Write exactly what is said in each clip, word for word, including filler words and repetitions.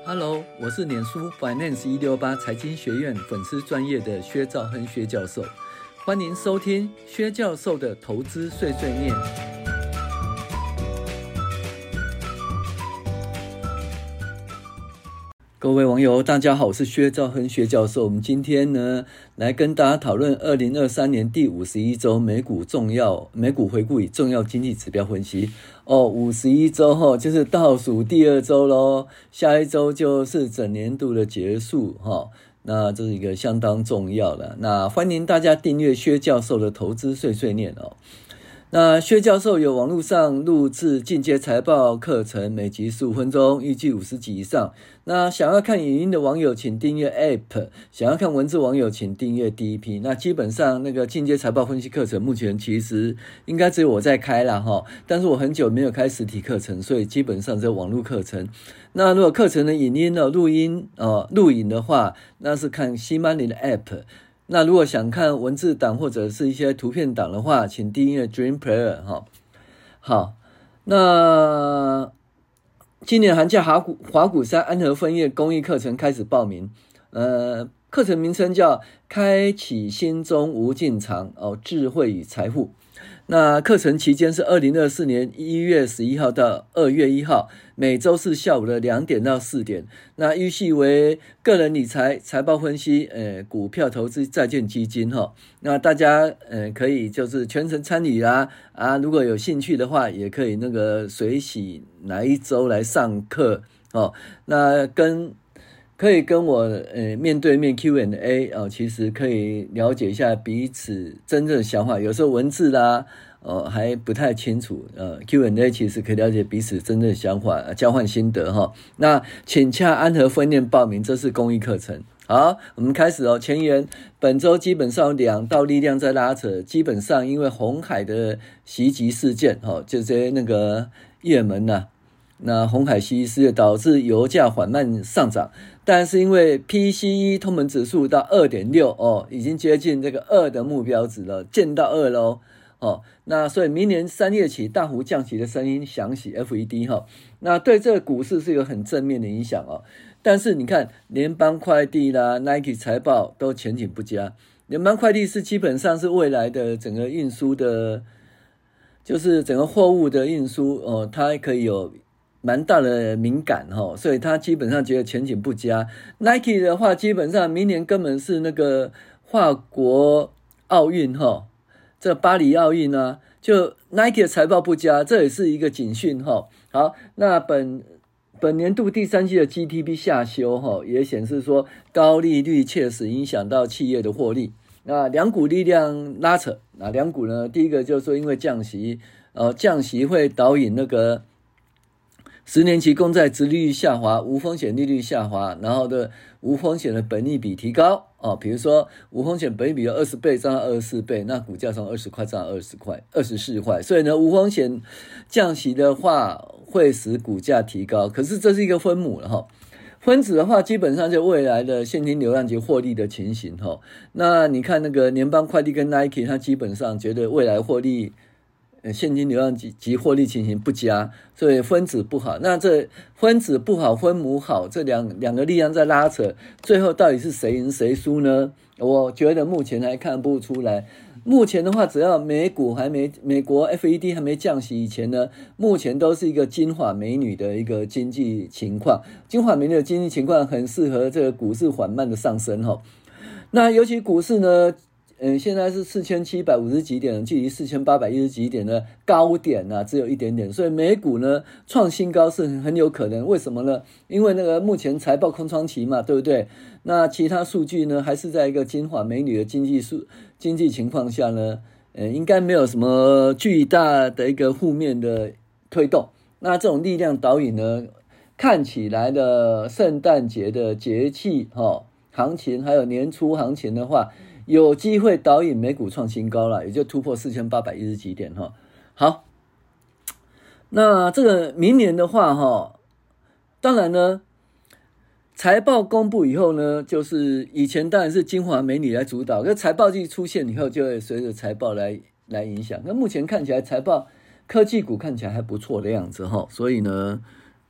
Hello， 我是脸书 Finance 一六八财经学院粉丝专业的薛兆亨薛教授，欢迎收听薛教授的投资碎碎念。各位网友大家好，我是薛兆亨薛教授。我们今天呢来跟大家讨论二零二三年第五十一周美股重要美股回顾与重要经济指标分析。哦，五十一周齁，就是倒数第二周咯，下一周就是整年度的结束齁。那这是一个相当重要的。那欢迎大家订阅薛教授的投资碎碎念哦。那薛教授有网络上录制进阶财报课程，每集十五分钟，预计五十集以上。那想要看影音的网友请订阅 App， 想要看文字网友请订阅 D E P。 那基本上那个进阶财报分析课程目前其实应该只有我在开啦齁，但是我很久没有开实体课程，所以基本上是网络课程。那如果课程的影音呢录音呃录影的话，那是看 C-Money 的 App。那如果想看文字档或者是一些图片档的话，请订阅 Dream Player 哈。好，那今年寒假华股华股山安和分业公益课程开始报名，呃，课程名称叫开启心中无尽藏哦，智慧与财富。那课程期间是二零二四年一月十一号到二月一号，每周四下午的两点到四点。那预系为个人理财、财报分析、呃股票投资、债券基金哈。那大家呃可以就是全程参与啦啊，如果有兴趣的话，也可以那个随喜哪一周来上课哦。那跟可以跟我呃面对面 Q and A 哦，其实可以了解一下彼此真正的想法。有时候文字啦，哦还不太清楚，呃 Q and A 其实可以了解彼此真正的想法，交换心得哈。那请洽安和分店报名，这是公益课程。好，我们开始哦。前言，本周基本上两道力量在拉扯，基本上因为红海的袭击事件，哈，这些那个也门呐、啊。那红海袭击事件导致油价缓慢上涨，但是因为 P C E 通膨指数到 二点六 哦，已经接近这个二的目标值了，见到二咯哦。那所以明年三月起大幅降息的声音响起 F E D 哈、哦，那对这个股市是有很正面的影响哦。但是你看联邦快递啦 Nike 财报都前景不佳，联邦快递是基本上是未来的整个运输的，就是整个货物的运输哦，它可以有蛮大的敏感齁，所以他基本上觉得前景不佳。Nike 的话，基本上明年根本是那个法国奥运齁，这巴黎奥运啊，就 Nike 的财报不佳，这也是一个警讯齁。好，那本本年度第三季的 G D P 下修齁，也显示说高利率确实影响到企业的获利。那两股力量拉扯，那两股呢，第一个就是说因为降息，呃，降息会导引那个十年期公债殖利率下滑，无风险利率下滑，然后的无风险的本益比提高哦，比如说无风险本益比有二十倍涨到二十四倍，那股价从二十块涨到二十块、二十四块，所以呢，无风险降息的话会使股价提高。可是这是一个分母了哈，分子的话基本上就未来的现金流量及获利的情形哈。那你看那个联邦快递跟 Nike， 它基本上觉得未来获利。现金流量及及获利情形不佳，所以分子不好。那这分子不好，分母好，这两两个力量在拉扯，最后到底是谁赢谁输呢？我觉得目前还看不出来。目前的话，只要美股还没美国 F E D 还没降息以前呢，目前都是一个金发美女的一个经济情况。金发美女的经济情况很适合这个股市缓慢的上升哈。那尤其股市呢？嗯，现在是四千七百五十几点，距离四千八百一十几点的高点啊，只有一点点，所以美股呢创新高是很有可能。为什么呢？因为那个目前财报空窗期嘛，对不对？那其他数据呢，还是在一个金发美女的经济数经济情况下呢，呃，应该没有什么巨大的一个负面的推动。那这种力量导引呢，看起来的圣诞节的节气哈、哦、行情，还有年初行情的话。有机会导引美股创新高了，也就突破四千八百一十几点哈。好，那这个明年的话哈，当然呢，财报公布以后呢，就是以前当然是金华美女来主导，可是财报季出现以后，就会随着财报来来影响。那目前看起来财报科技股看起来还不错的样子哈，所以呢，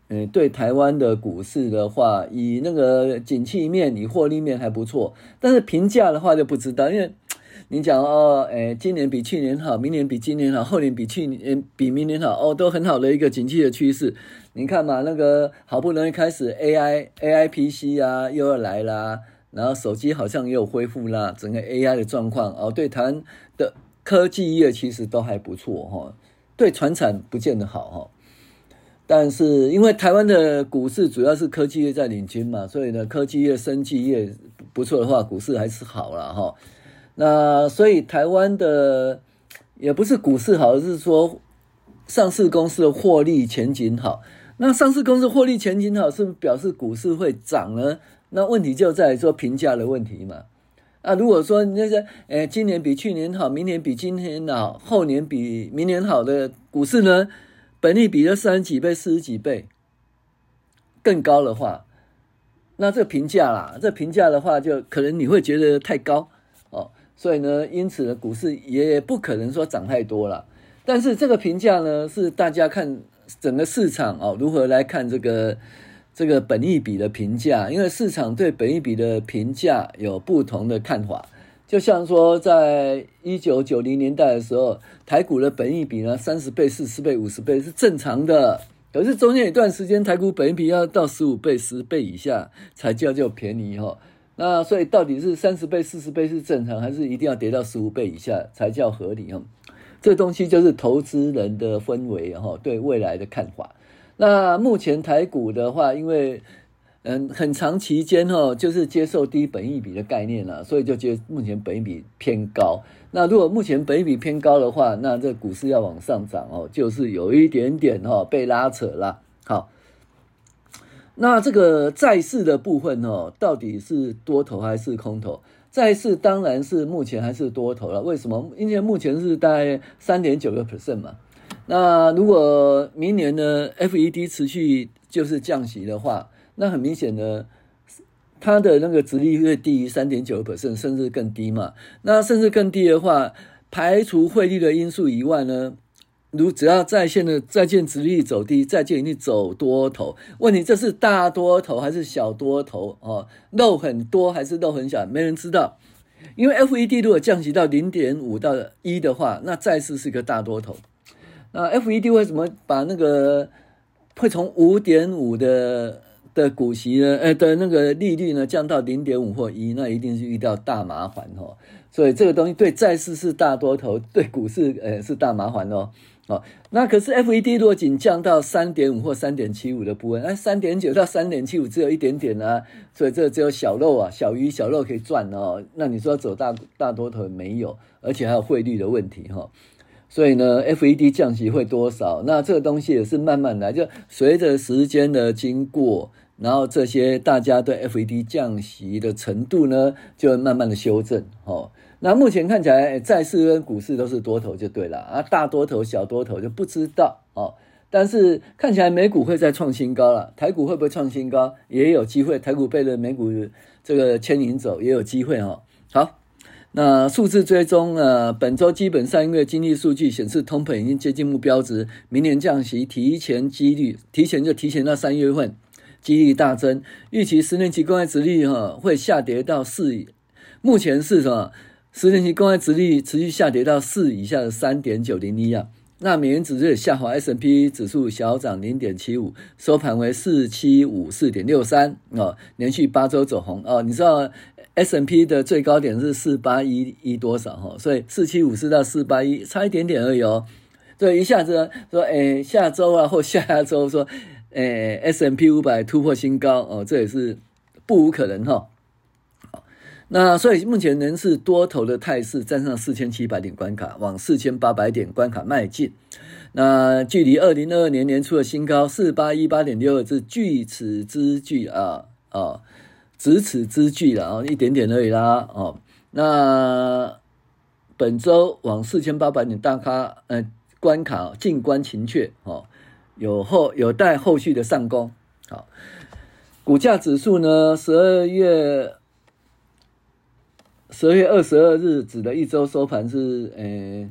嗯，对台湾的股市的话，以那个景气面、以获利面还不错，但是评价的话就不知道，因为你讲哦，诶，今年比去年好，明年比今年好，后年比去年比明年好，哦，都很好的一个景气的趋势。你看嘛，那个好不容易开始 A I A I P C 啊，又要来啦，然后手机好像也有恢复啦，整个 A I 的状况哦，对台湾的科技业其实都还不错哈，对传产不见得好哈。但是因为台湾的股市主要是科技业在领军嘛，所以呢，科技业、生技业不错的话，股市还是好啦哈。那所以台湾的也不是股市好，而是说上市公司的获利前景好。那上市公司获利前景好，是不是表示股市会涨呢？那问题就在于说评价的问题嘛。啊，如果说那些诶今年比去年好，明年比今年好，后年比明年好的股市呢，本益比就三十几倍、四十几倍更高的话，那这评价啦，这评价的话，就可能你会觉得太高哦。所以呢，因此呢，股市也不可能说涨太多了。但是这个评价呢，是大家看整个市场哦如何来看这个这个本益比的评价，因为市场对本益比的评价有不同的看法。就像说，在一九九零年代的时候，台股的本益比呢，三十倍、四十倍、五十倍是正常的。可是中间有一段时间，台股本益比要到十五倍、十倍以下才叫做便宜哈。那所以到底是三十倍、四十倍是正常，还是一定要跌到十五倍以下才叫合理哈？这东西就是投资人的氛围哈，对未来的看法。那目前台股的话，因为嗯，很长期间哦，就是接受低本益比的概念啦，所以就觉得目前本益比偏高。那如果目前本益比偏高的话，那这股市要往上涨哦，就是有一点点哦被拉扯啦。好，那这个债市的部分哦，到底是多头还是空头？债市当然是目前还是多头了。为什么？因为目前是大概 百分之三点九 嘛。那如果明年呢 F E D 持续就是降息的话，那很明显呢，它的那个殖利率会低于 百分之三点九 甚至更低嘛。那甚至更低的话，排除汇率的因素以外呢，如只要在线的债券殖利率走低，债券一定走多头。问题这是大多头还是小多头哦？肉很多还是肉很小？没人知道。因为 F E D 如果降息到 零点五 到一的话，那债市是一个大多头。那 F E D 为什么把那个会从 五点五 的的股息呢，呃的那个利率呢降到 零点五 或一，那一定是遇到大麻烦哦。所以这个东西对债市是大多头，对股市呃是大麻烦哦。哦，那可是 F E D 如果仅降到 三点五 或 三点七五 的部分，哎 ,三点九 到 三点七五 只有一点点啊，所以这只有小肉啊，小鱼小肉可以赚哦。那你说走大大多头没有，而且还有汇率的问题哈、哦。所以呢 F E D 降息会多少？那这个东西也是慢慢来，就随着时间的经过，然后这些大家对 F E D 降息的程度呢，就慢慢的修正哦。那目前看起来，债市跟股市都是多头就对了啊，大多头、小多头就不知道哦。但是看起来美股会再创新高了，台股会不会创新高？也有机会，台股被了美股这个牵引走，也有机会哦。好。那数字追踪呢？本周基本上因为经济数据显示通膨已经接近目标值，明年降息提前几率，提前就提前到三月份，几率大增。预期十年期公债殖利率哈会下跌到四，目前是什么？十年期公债殖利率持续下跌到四以下的 三点九零一 啊。那美元指数也下滑 ，S and P 指数小涨 零点七五， 收盘为四千七百五十四点六三 哦，连续八周走红哦。你知道 S and P 的最高点是四千八百一十多少哈、哦，所以四千七百五十四到四千八百一十差一点点而已哦。所以一下子说，诶，下周啊或下下周说，诶 ，S and P 五百 突破新高哦，这也是不无可能哈、哦。那所以目前仍是多头的态势，站上四千七百点关卡，往四千八百点关卡迈进。那距离二零二二年年初的新高四千八百一十八点六二是距此之距啊啊，咫尺之距了啊，一点点而已啦哦。那本周往四千八百点大咖呃关卡静观情阙哦，有后有待后续的上攻。好，股价指数呢，十二月。十二月二十二日指的一周收盘是呃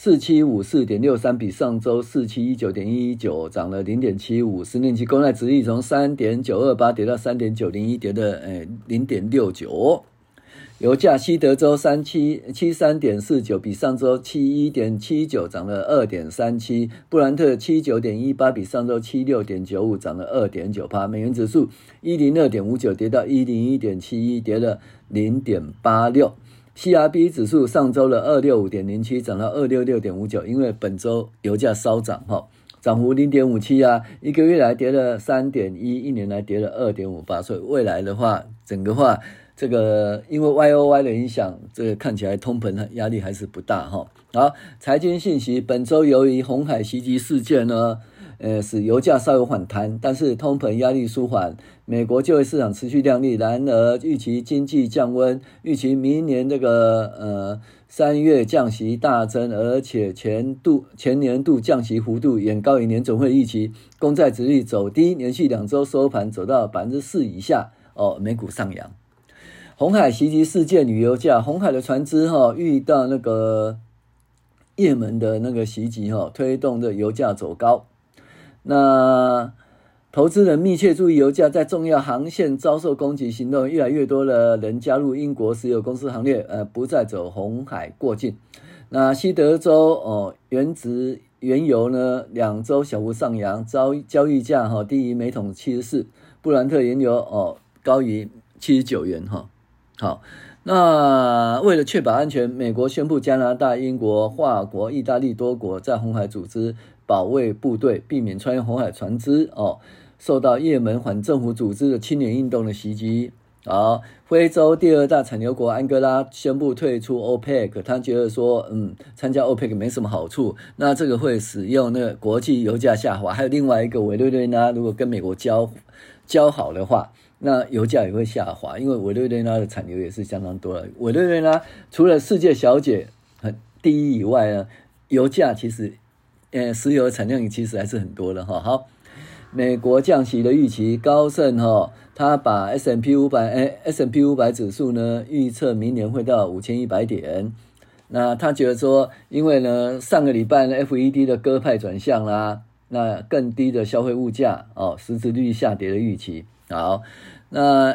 四七五 四点六三， 比上周四七一九点一九涨了 零点七五， 十年期公债殖利率从 三点九二八 跌到 三点九零一， 跌了 零点六九。油价西德州三七七三点四九，比上周七一点七九涨了 二点三七， 布兰特七九点一八，比上周七六点九五涨了 二点九， 美元指数一零二点五九跌到一零一点七一，跌了 零点八六。C R B 指数上周的 二六五点零七涨到 二六六点五九， 因为本周油价稍涨哈，涨幅 零点五七 啊，一个月来跌了 三点一， 一年来跌了 二点五八， 所以未来的话整个话这个因为 Y O Y 的影响，这个看起来通膨压力还是不大哈。好，财经信息，本周由于红海袭击事件呢，呃，使油价稍有反弹，但是通膨压力舒缓，美国就业市场持续亮丽。然而，预期经济降温，预期明年这个呃三月降息大增，而且前度前年度降息幅度远高于年总会预期，公债殖利率走低，连续两周收盘走到 百分之四 以下，哦，美股上扬。红海袭击事件与油价，红海的船只哈、哦、遇到那个也门的那个袭击哈、哦，推动的油价走高。那投资人密切注意油价，在重要航线遭受攻击行动，越来越多的人加入英国石油公司行列，呃，不再走红海过境。那西德州哦，原值原油呢，两周小幅上扬，交交易价哈、哦、低于每桶七十四，布兰特原油哦高于七十九元哈、哦。好，那为了确保安全，美国宣布加拿大、英国、法国、意大利多国在红海组织保卫部队，避免穿越红海船只哦受到也门反政府组织的青年运动的袭击。好，非洲第二大产油国安哥拉宣布退出 O P E C， 他觉得说，嗯，参加 O P E C 没什么好处，那这个会使用那个国际油价下滑。还有另外一个委内瑞拉，如果跟美国交交好的话，那油价也会下滑，因为委内瑞拉的产油也是相当多的。委内瑞拉除了世界小姐很第一以外呢，油价其实，呃，石油的产量其实还是很多的哈。好，美国降息的预期，高盛哈，他把 S and P 五百，哎 ，S and P 五百 指数呢预测明年会到五千一百点。那他觉得说，因为呢上个礼拜呢 F E D 的鸽派转向啦，那更低的消费物价哦，实质利率下跌的预期。好，那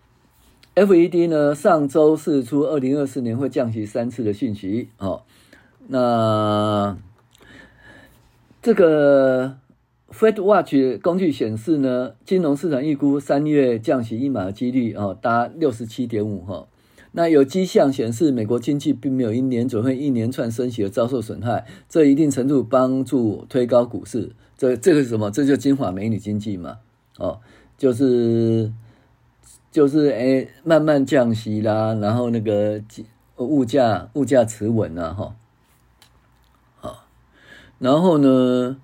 F E D 呢上周释出二零二四年会降息三次的讯息哦。那这个 Fed Watch 工具显示呢，金融市场预估三月降息一码的几率哦达 百分之六十七点五 哈。那有迹象显示，美国经济并没有因联准会一连串升息而遭受损害，这一定程度帮助推高股市。这这个是什么？这就金发美女经济嘛，哦。就是就是诶，慢慢降息啦，然后那个物价物价持稳啦，哈，好，然后呢，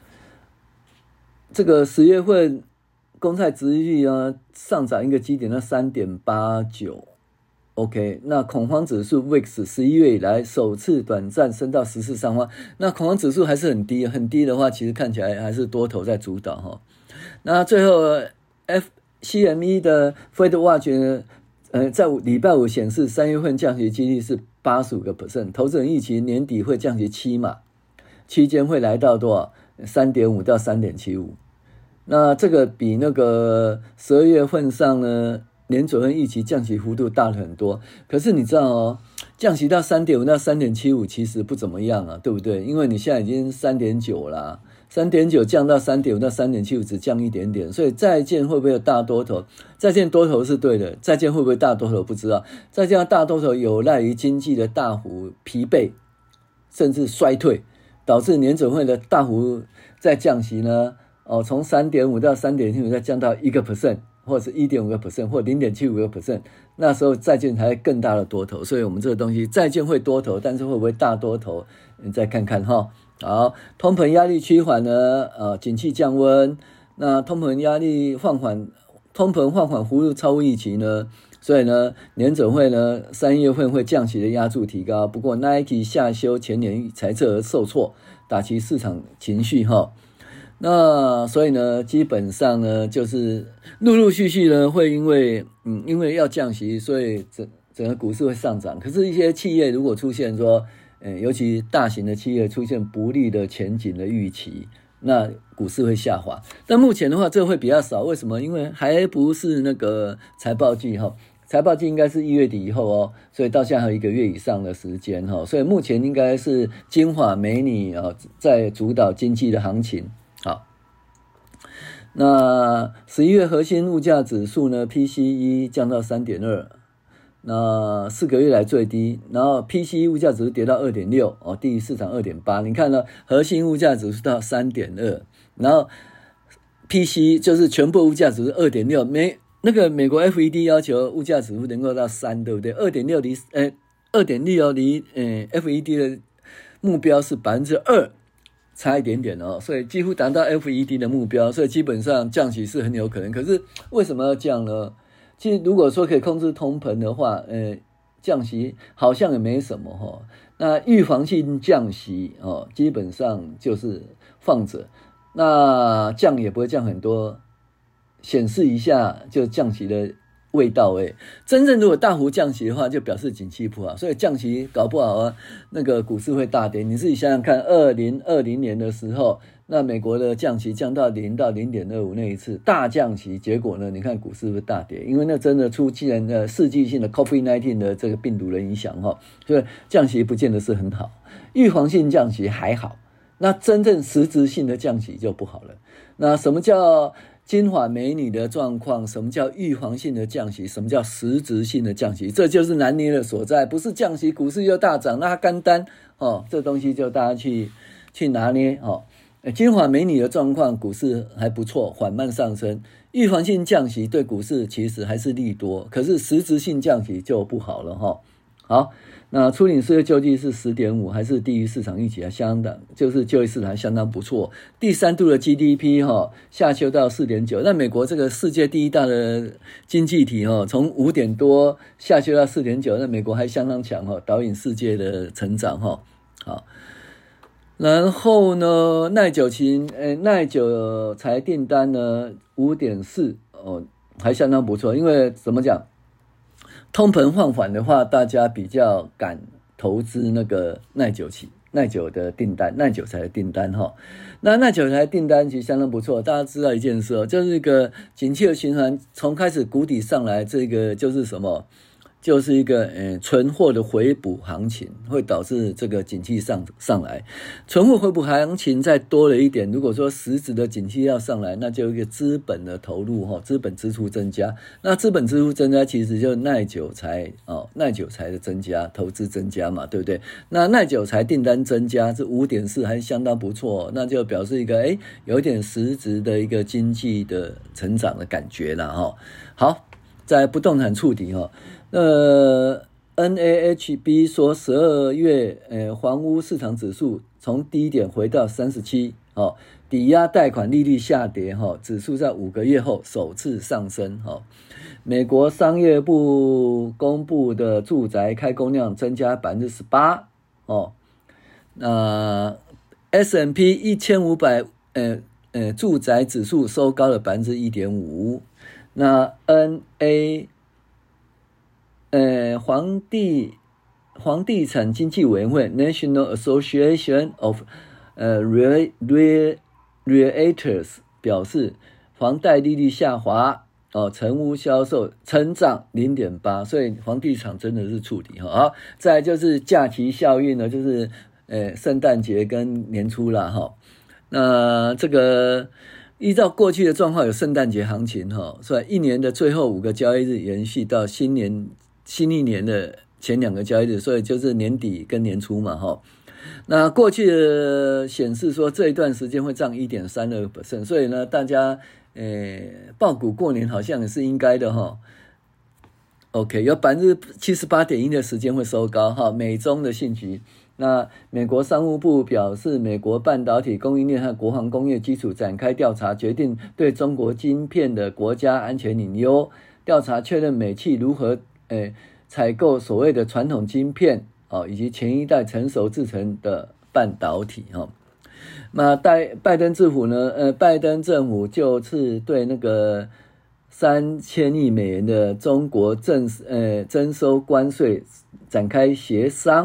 这个十月份公债殖利率啊上涨一个基点到 三点八九， OK， 那恐慌指数 V I X 十一月以来首次短暂升到十四上方，那恐慌指数还是很低，很低的话，其实看起来还是多头在主导哈。那最后 F C M E 的 Fed Watch 呢，呃，在礼拜五显示三月份降息几率是 百分之八十五， 投资人预期年底会降息七码，期间会来到多少 三点五 到 三点七五。那这个比那个十二月份上呢，联准会预期降息幅度大了很多。可是你知道哦，降息到 三点五 到 三点七五 其实不怎么样啊，对不对？因为你现在已经 三点九 啦，三点九 降到 三点五 到 三点七五 只降一点点，所以再见会不会有大多头？再见多头是对的，再见会不会大多头不知道。再见大多头有赖于经济的大幅疲惫甚至衰退，导致联准会的大幅再降息呢，哦，从 三点五 到 三点七五 再降到 百分之一 或者是 百分之一点五 或 零点七五 那时候再见才更大的多头。所以我们这个东西再见会多头，但是会不会大多头你再看看哈。好，通膨压力趋缓呢，呃，景气降温，那通膨压力放缓，通膨放缓幅度超乎预期呢，所以呢，联准会呢三月份会降息的压注提高。不过 Nike 下修前年财测而受挫，打击市场情绪哈。那所以呢，基本上呢，就是陆陆续续呢会因为嗯因为要降息，所以整整个股市会上涨。可是，一些企业如果出现说呃，尤其大型的企业出现不利的前景的预期，那股市会下滑。但目前的话，这会比较少，为什么？因为还不是那个财报季哈，财报季应该是一月底以后哦，所以到现在还有一个月以上的时间哈，所以目前应该是金华美女啊在主导经济的行情。好，那十一月核心物价指数呢 ，P C E 降到 三点二。那四个月来最低，然后 P C E 物价指数跌到 二点六 哦，低于市场 二点八。你看呢，核心物价指数到 三点二， 然后 P C E 就是全部物价指数 二点六， 美那个美国 F E D 要求物价指数能够到三，对不对？ 二点六 离呃 二点六 离呃 F E D 的目标是 百分之二， 差一点点哦，所以几乎达到 F E D 的目标，所以基本上降息是很有可能。可是为什么要降呢？其实如果说可以控制通膨的话，呃，降息好像也没什么哈。那预防性降息哦，基本上就是放着，那降也不会降很多，显示一下就降息的味道诶。真正如果大幅降息的话，就表示景气不好，所以降息搞不好啊，那个股市会大跌。你自己想想看，二零二零年的时候。那美国的降息降到零到 零点二五 那一次大降息，结果呢，你看股市是不是大跌？因为那真的出现了世纪性的 COVID 十九 的这个病毒的影响哈，所以降息不见得是很好，预防性降息还好，那真正实质性的降息就不好了。那什么叫金华美女的状况？什么叫预防性的降息？什么叫实质性的降息？这就是难捏的所在，不是降息股市又大涨，那它干单哦，这东西就大家去去拿捏哦。金华美女的状况，股市还不错，缓慢上升。预防性降息对股市其实还是利多，可是实质性降息就不好了哈。好，那初领失业救济是 十点五， 还是低于市场预期，还相当，就是就业市场还相当不错。第三度的 G D P 哈下修到 四点九， 那美国这个世界第一大的经济体哈，从五点多下修到 四点九， 那美国还相当强哈，导引世界的成长哈。好。然后呢，耐久期呃耐久材订单呢 五点四 哦，还相当不错。因为怎么讲，通膨放缓的话，大家比较敢投资那个耐久期耐久的订单，耐久材的订单哈。那耐久材订单其实相当不错。大家知道一件事哦，就是一个景气的循环从开始谷底上来，这个就是什么？就是一个呃存货的回补行情，会导致这个景气上上来。存货回补行情再多了一点，如果说实质的景气要上来，那就有一个资本的投入哈，资本支出增加。那资本支出增加，其实就耐久材哦，耐久材的增加，投资增加嘛，对不对？那耐久材订单增加是 五点四， 还相当不错，那就表示一个诶有一点实质的一个经济的成长的感觉啦哈。好，在不动产触底哈。呃 N A H B 说十二月呃房屋市场指数从低点回到三十七，哦，抵押贷款利率下跌，哦，指数在五个月后首次上升，哦。美国商业部公布的住宅开工量增加 百分之十八， 哦。那 S and P 一千五百 呃呃住宅指数收高了 百分之一点五， 那 N A呃，房地房地产经济委员会 National Association of 呃 Realtors 表示，房贷利率下滑，哦，成屋销售成长 零点八， 所以房地产真的是触底哈。好，再来就是假期效应呢，就是呃圣诞节跟年初啦哈。那这个依照过去的状况，有圣诞节行情哈，所以一年的最后五个交易日延续到新年。新一年的前两个交易日，所以就是年底跟年初嘛齁。那过去的显示说这一段时间会涨 百分之一点三二， 所以呢大家呃抱股过年好像也是应该的齁。OK， 有 百分之七十八点一 的时间会收高齁。美中的信息，那美国商务部表示，美国半导体供应链和国防工业基础展开调查，决定对中国晶片的国家安全隐忧。调查确认美企如何诶，采购所谓的传统晶片哦，以及前一代成熟制成的半导体哦。那拜拜登政府呢？呃，拜登政府就是对那个三千亿美元的中国征呃征收关税展开协商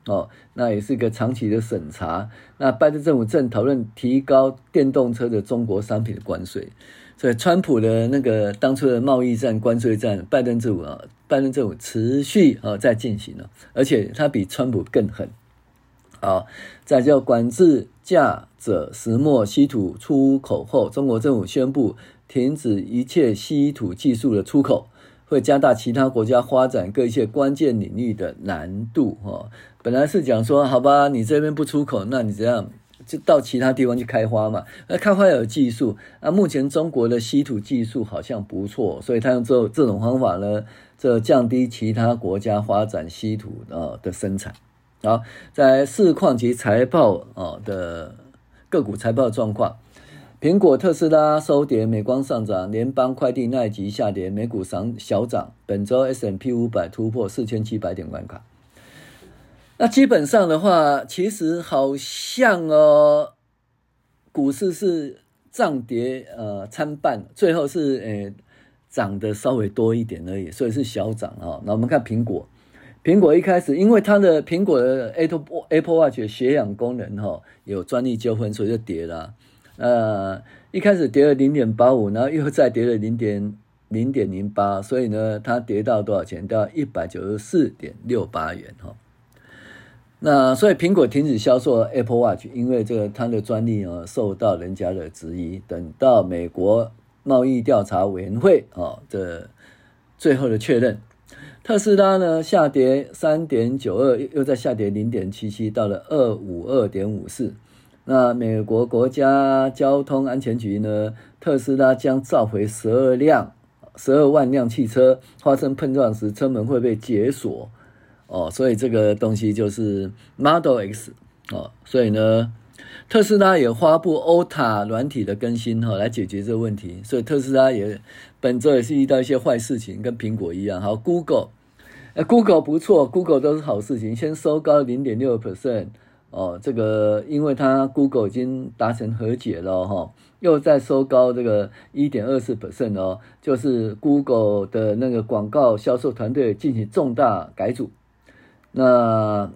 哦，那也是一个长期的审查。那拜登政府正讨论提高电动车的中国商品的关税，所以川普的那个当初的贸易战、关税战，拜登政府啊，拜登政府持续啊在进行了，而且他比川普更狠。好，再叫管制价锗石墨稀土出口后，中国政府宣布停止一切稀土技术的出口，会加大其他国家发展各一些关键领域的难度。哦，本来是讲说，好吧，你这边不出口，那你怎样就到其他地方去开花嘛？那开花有技术，那目前中国的稀土技术好像不错，所以他用这这种方法呢，这降低其他国家发展稀土呃的生产。好，在市况及财报哦的个股财报状况，苹果、特斯拉收跌，美光上涨，联邦快递、奈吉下跌，美股上小涨。本周 S and P 五百 突破四千七百点关卡。那基本上的话，其实好像哦，股市是涨跌呃参半，最后是呃涨的稍微多一点而已，所以是小涨啊。那我们看苹果。苹果一开始，因为它的苹果的 Apple Apple Watch 的血氧功能哈有专利纠纷，所以就跌了。呃，一开始跌了 零点八五， 然后又再跌了 零点零八， 所以呢，它跌到多少钱？到 一百九十四点六八元哈。那所以苹果停止销售 Apple Watch， 因为这个它的专利啊受到人家的质疑。等到美国贸易调查委员会啊的最后的确认。特斯拉呢下跌 三点九二， 又再下跌 零点七七， 到了 二百五十二点五四。那美国国家交通安全局呢，特斯拉将召回十二辆十二万辆汽车，发生碰撞时车门会被解锁哦，所以这个东西就是 Model X 哦，所以呢特斯拉也发布 O T A 软体的更新哈，来解决这个问题。所以特斯拉也本周也是遇到一些坏事情，跟苹果一样。好 ，Google， 呃 ，Google 不错 ，Google 都是好事情，先收高 百分之零点六 哦，这个因为它 Google 已经达成和解了哈，又再收高这个 百分之一点二四 哦，就是 Google 的那个广告销售团队进行重大改组。那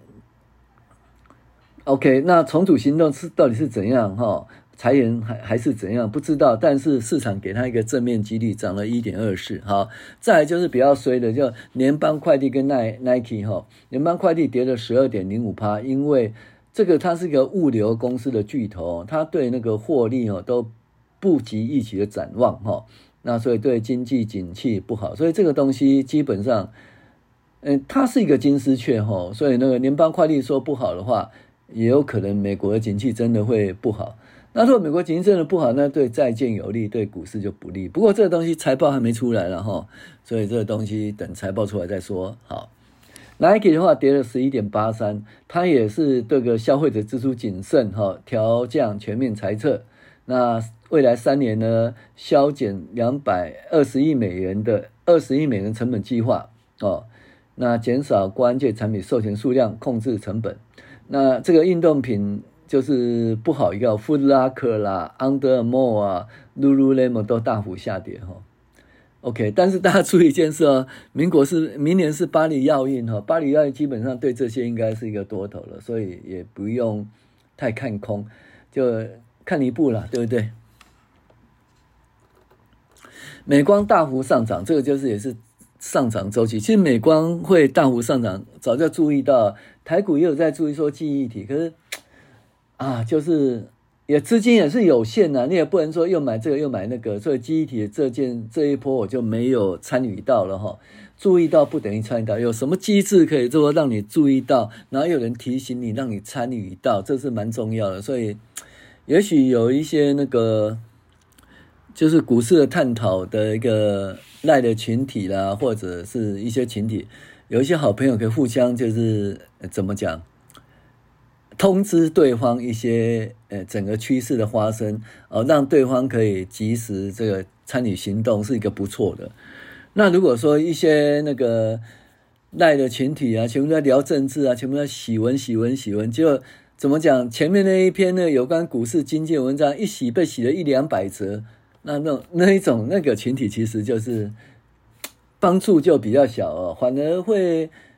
OK， 那重组行动是到底是怎样哈？裁员还还是怎样？不知道，但是市场给它一个正面激励，涨了 百分之一点二四。好，再来就是比较衰的，就联邦快递跟 Nike 哈，联邦快递跌了 百分之十二点零五， 因为这个它是一个物流公司的巨头，它对那个获利哦都不及预期的展望哈，那所以对经济景气不好，所以这个东西基本上，嗯，它是一个金丝雀哈，所以那个联邦快递说不好的话。也有可能美国的景气真的会不好，那如果美国景气真的不好，那对债券有利，对股市就不利。不过这个东西财报还没出来了齁，所以这个东西等财报出来再说。好 Nike 的话跌了 十一点八三， 它也是这个消费者支出谨慎齁，调降全面财测。那未来三年呢，削减两百二十亿美元的二十亿美元成本计划哦，那减少关键产品授权数量，控制成本。那这个运动品就是不好一个 Foot Locker 啦 Under Armour 啊 Lululemon 都大幅下跌哈。OK， 但是大家注意一件事哦，民国是明年是巴黎奥运哈，巴黎奥运基本上对这些应该是一个多头了，所以也不用太看空，就看一步啦，对不对？美光大幅上涨，这个就是也是上涨周期。其实美光会大幅上涨，早就注意到。台股也有在注意说记忆体，可是啊，就是也资金也是有限的，你也不能说又买这个又买那个，所以记忆体的这件这一波我就没有参与到了哈。注意到不等于参与到，有什么机制可以做让你注意到，然后有人提醒你让你参与到，这是蛮重要的。所以也许有一些那个就是股市的探讨的一个赖的群体啦，或者是一些群体。有一些好朋友可以互相就是怎么讲，通知对方一些呃整个趋势的发生，哦，让对方可以及时这个参与行动，是一个不错的。那如果说一些那个赖的群体啊，全部在聊政治啊，全部在洗文洗文洗文，就怎么讲？前面那一篇呢有关股市经济的文章一洗被洗了一两百则，那那那一种那个群体其实就是。帮助就比较小哦，反而会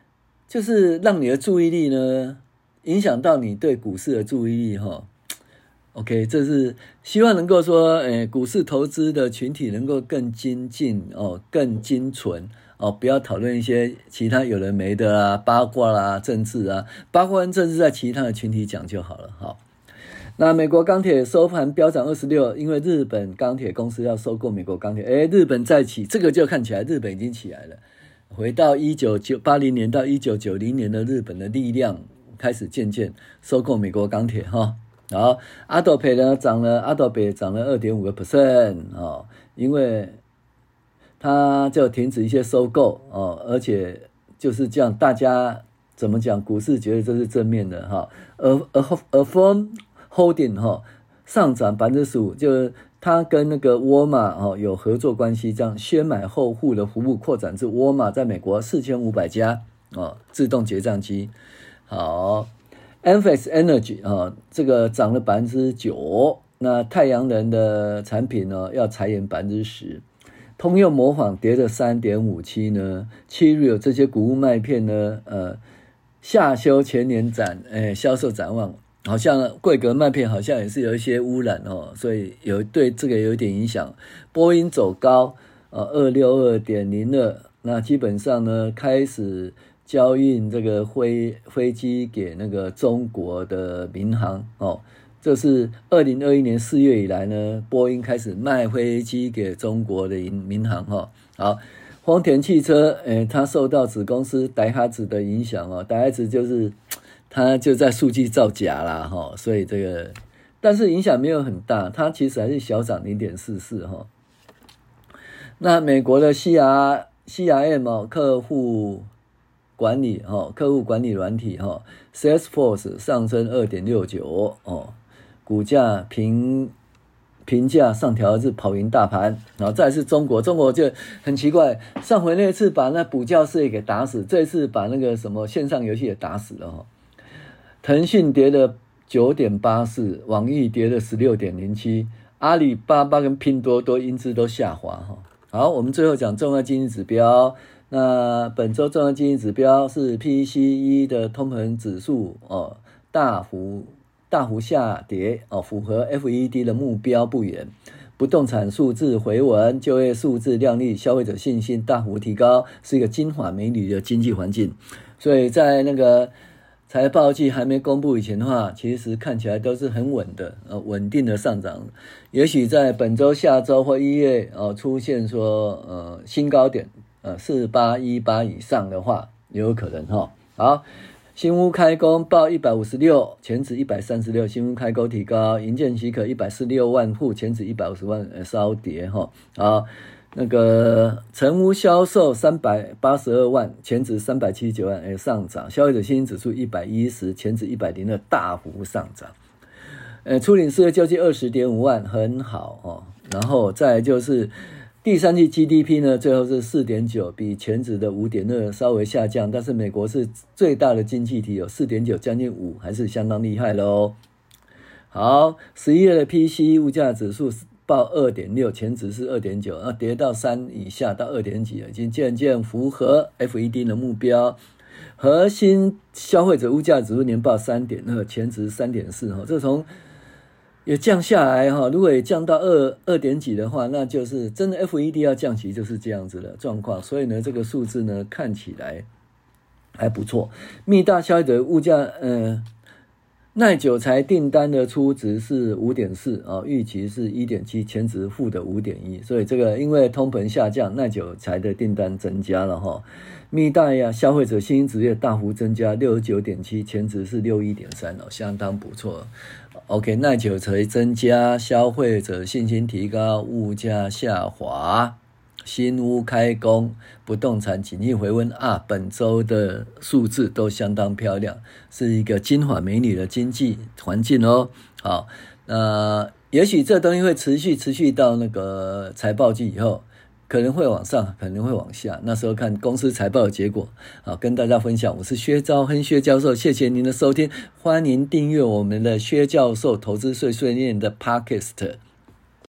就是让你的注意力呢，影响到你对股市的注意力哈。OK， 这是希望能够说，诶，股市投资的群体能够更精进哦，更精纯哦，不要讨论一些其他有的没的啦、八卦啦、政治啊，八卦跟政治在其他的群体讲就好了。好，那美国钢铁收盘飙涨二十六，因为日本钢铁公司要收购美国钢铁，诶，日本再起，这个就看起来日本已经起来了，回到一九八零年到一九九零年的日本的力量开始渐渐收购美国钢铁哈。好，阿斗培呢涨了，阿斗培涨了 二点五个百分点 哦，因为它就停止一些收购哦，而且就是这样，大家怎么讲？股市觉得这是正面的哈。而而而 Affirm Holding 哈上涨百分之十五，就是它跟那个沃尔玛哦有合作关系，这样先买后付的服务扩展至沃尔玛在美国四千五百家哦，自动结账机。好。Enphase Energy 啊，这个涨了百分之九，那太阳能的产品呢要裁员百分之十，通用模仿跌了三点五七呢 ，Cheerio 这些谷物麦片呢，呃，下修全年展，诶销售展望，好像桂格麦片好像也是有一些污染哦，所以有对这个有一点影响。波音走高，呃，二六二点零二，那基本上呢开始。交运这个飞飞机给那个中国的民航哦，这是二零二一年四月以来呢，波音开始卖飞机给中国的民航哈、哦。好，丰田汽车，诶，它受到子公司戴哈子的影响哦，戴哈子就是它就在数据造假啦哈、哦，所以这个但是影响没有很大，它其实还是小涨 零点四四 哈。那美国的 C R C R M 哦，客户。管理哈，客户管理软体哈 ，Salesforce 上升 二点六九 哦，股价评评价上调至跑赢大盘，然后再来是中国，中国就很奇怪，上回那次把那补教事业给打死，这次把那个什么线上游戏也打死了哈。腾讯跌了 九点八四， 网易跌了 十六点零七， 阿里巴巴跟拼多多因此都下滑哈。好，我们最后讲重要经济指标。那本周重要经济指标是 P C E 的通膨指数哦，大幅大幅下跌哦，符合 F E D 的目标不远。不动产数字回稳，就业数字亮丽，消费者信心大幅提高，是一个金华美女的经济环境。所以在那个财报季还没公布以前的话，其实看起来都是很稳的，呃，稳定的上涨。也许在本周、下周或一月哦出现说呃新高点。呃，四八一八以上的话，也有可能哈。好，新屋开工报一百五十六，前值一百三十六，新屋开工提高，营建许可一百四十六万户，前值一百五十万，呃，稍跌哈。好，那个成屋销售三百八十二万，前值三百七十九万，呃，上涨。消费者信心指数一百一十，前值一百零二，大幅上涨。呃，初领失业救济二十点五万，很好哦。然后再来就是。第三季 G D P 呢，最后是 四点九， 比前值的 五点二 稍微下降，但是美国是最大的经济体，有 四点九， 将近五，还是相当厉害咯。好，十一月的 P C E 物价指数报 二点六， 前值是 二点九， 跌到三以下到 二点几， 已经渐渐符合 F E D 的目标。核心消费者物价指数年报 三点二， 前值 三点四， 这从也降下来哈，如果也降到二二点几的话，那就是真的 F E D 要降息就是这样子的状况。所以呢，这个数字呢看起来还不错。密大消费者物价，呃，耐久材订单的初值是 五点四 啊，预期是 一点七， 前值负的 五点一， 所以这个因为通膨下降，耐久材的订单增加了哈。密大呀，消费者信心指数大幅增加 六十九点七， 前值是 六十一点三 哦，相当不错。OK， 耐久材增加，消费者信心提高，物价下滑，新屋开工，不动产景气回温啊，本周的数字都相当漂亮，是一个金发美女的经济环境哦。好，那也许这东西会持续持续到那个财报季以后。可能会往上，可能会往下，那时候看公司财报的结果。好，跟大家分享，我是薛兆亨薛教授，谢谢您的收听，欢迎订阅我们的薛教授投资碎碎念的 Podcast。